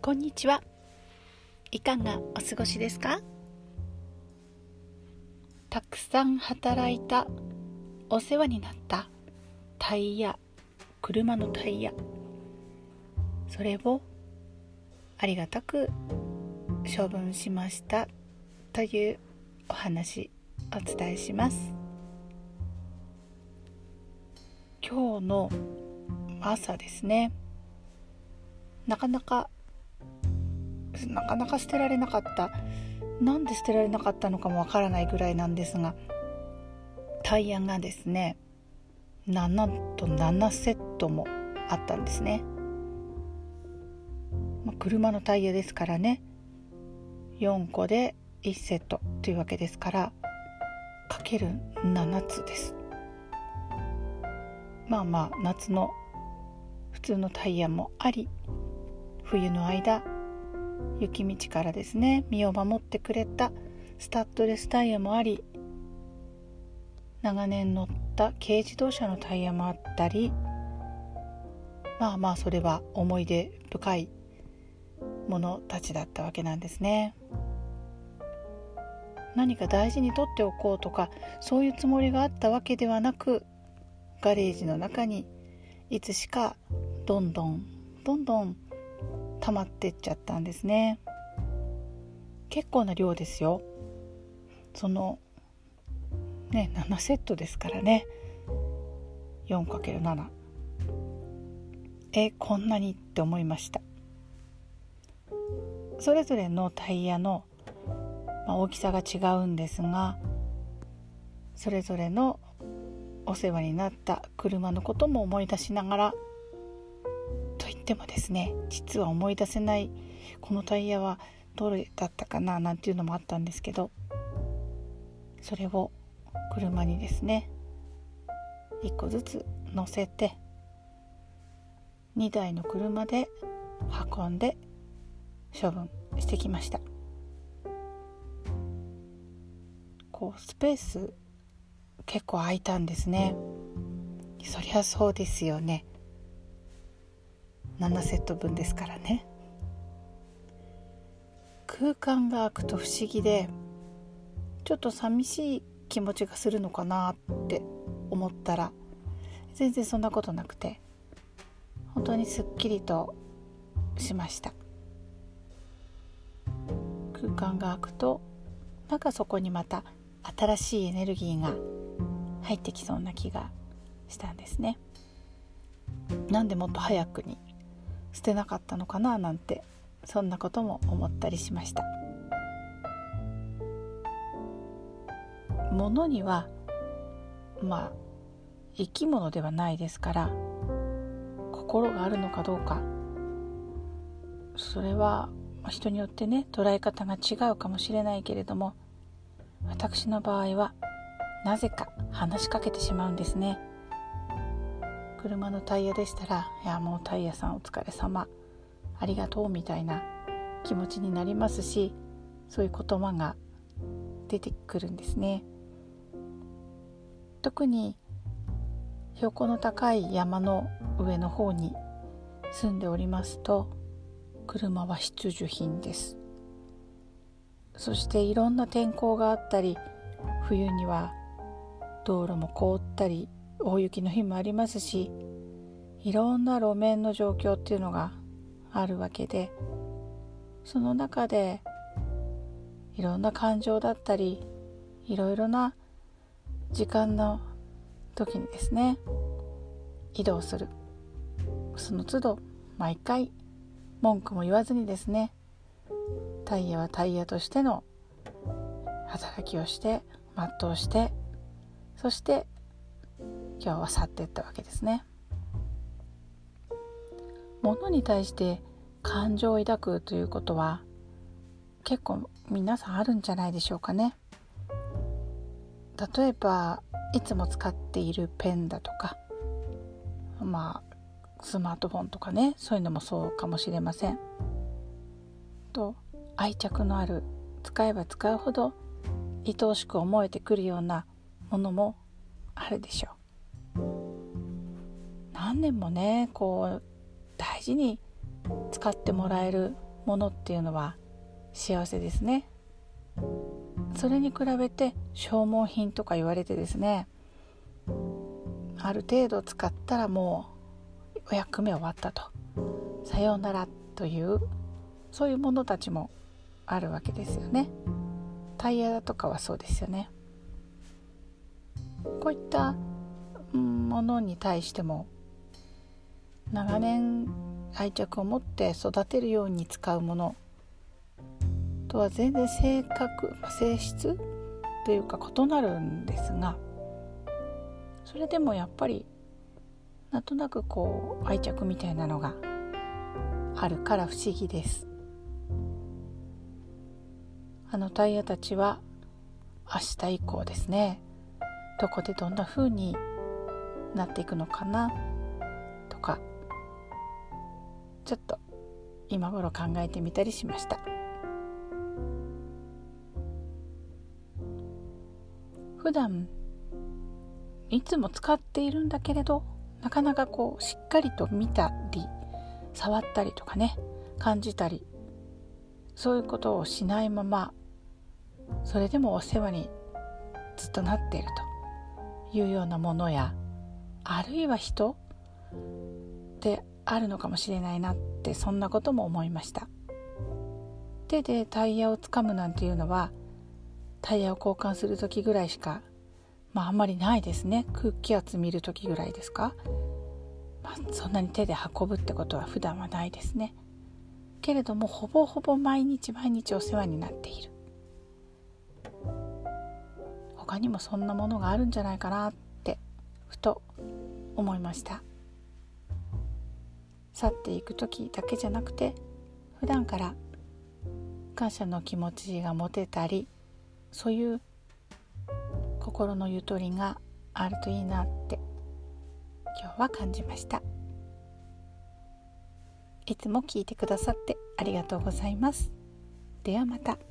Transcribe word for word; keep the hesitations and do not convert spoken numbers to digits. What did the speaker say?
こんにちは。いかがお過ごしですか？たくさん働いた、お世話になったタイヤ、車のタイヤ、それをありがたく処分しましたというお話お伝えします。今日の朝ですね、なかなかなかなか捨てられなかった、なんで捨てられなかったのかもわからないぐらいなんですが、タイヤがですね、なんとななセットもあったんですね。まあ、車のタイヤですからね、よんこでいちセットというわけですから、かけるななつです。まあまあ夏の普通のタイヤもあり、冬の間雪道からですね身を守ってくれたスタッドレスタイヤもあり、長年乗った軽自動車のタイヤもあったり、まあまあそれは思い出深いものたちだったわけなんですね。何か大事に取っておこうとかそういうつもりがあったわけではなく、ガレージの中にいつしかどんどんどんどん溜まってっちゃったんですね。結構な量ですよ。そのねななセットですからね、 よんかけるなな、 えこんなにって思いました。それぞれのタイヤの、まあ、大きさが違うんですが、それぞれのお世話になった車のことも思い出しながら、と言ってもですね、実は思い出せない、このタイヤはどれだったかななんていうのもあったんですけど、それを車にですねいっこずつ乗せてにだいの車で運んで処分してきました。こうスペース結構空いたんですね。そりゃそうですよね、ななセットぶんですからね。空間が空くと不思議で、ちょっと寂しい気持ちがするのかなって思ったら、全然そんなことなくて、本当にすっきりとしました。空間が空くと、なんかそこにまた新しいエネルギーが入ってきそうな気がしたんですね。なんでもっと早くに捨てなかったのかななんて、そんなことも思ったりしました。物にはまあ生き物ではないですから、心があるのかどうか、それは人によってね捉え方が違うかもしれないけれども、私の場合はなぜか話しかけてしまうんですね。車のタイヤでしたら、いやもうタイヤさんお疲れ様、ありがとうみたいな気持ちになりますし、そういう言葉が出てくるんですね。特に標高の高い山の上の方に住んでおりますと、車は必需品です。そしていろんな天候があったり、冬には道路も凍ったり大雪の日もありますし、いろんな路面の状況っていうのがあるわけで、その中でいろんな感情だったり、いろいろな時間の時にですね移動する。その都度毎回文句も言わずにですね、タイヤはタイヤとしての働きをして全うして、そして今日は去っていったわけですね。物に対して感情を抱くということは結構皆さんあるんじゃないでしょうかね。例えばいつも使っているペンだとか、まあスマートフォンとかね、そういうのもそうかもしれません。と愛着のある、使えば使うほど愛おしく思えてくるようなものもあるでしょう。何年もねこう大事に使ってもらえるものっていうのは幸せですね。それに比べて消耗品とか言われてですね、ある程度使ったらもうお役目終わったと、さようならという、そういうものたちもあるわけですよね。タイヤとかはそうですよね。こういったものに対しても長年愛着を持って育てるように使うものとは全然性格、性質というか異なるんですが、それでもやっぱりなんとなくこう愛着みたいなのがあるから不思議です。あのタイヤたちは明日以降ですね、どこでどんな風になっていくのかなとか、ちょっと今頃考えてみたりしました。普段いつも使っているんだけれど、なかなかこうしっかりと見たり触ったりとかね、感じたり、そういうことをしないまま、それでもお世話にずっとなっているというようなものや、あるいは人であるのかもしれないなって、そんなことも思いました。手でタイヤをつかむなんていうのはタイヤを交換するときぐらいしか、まああんまりないですね。空気圧見るときぐらいですか、まあ、そんなに手で運ぶってことは普段はないですね。けれどもほぼほぼ毎日毎日お世話になっている。他にもそんなものがあるんじゃないかなってふと思いました。去っていく時だけじゃなくて、普段から感謝の気持ちが持てたり、そういう心のゆとりがあるといいなって今日は感じました。いつも聞いてくださってありがとうございます。ではまた。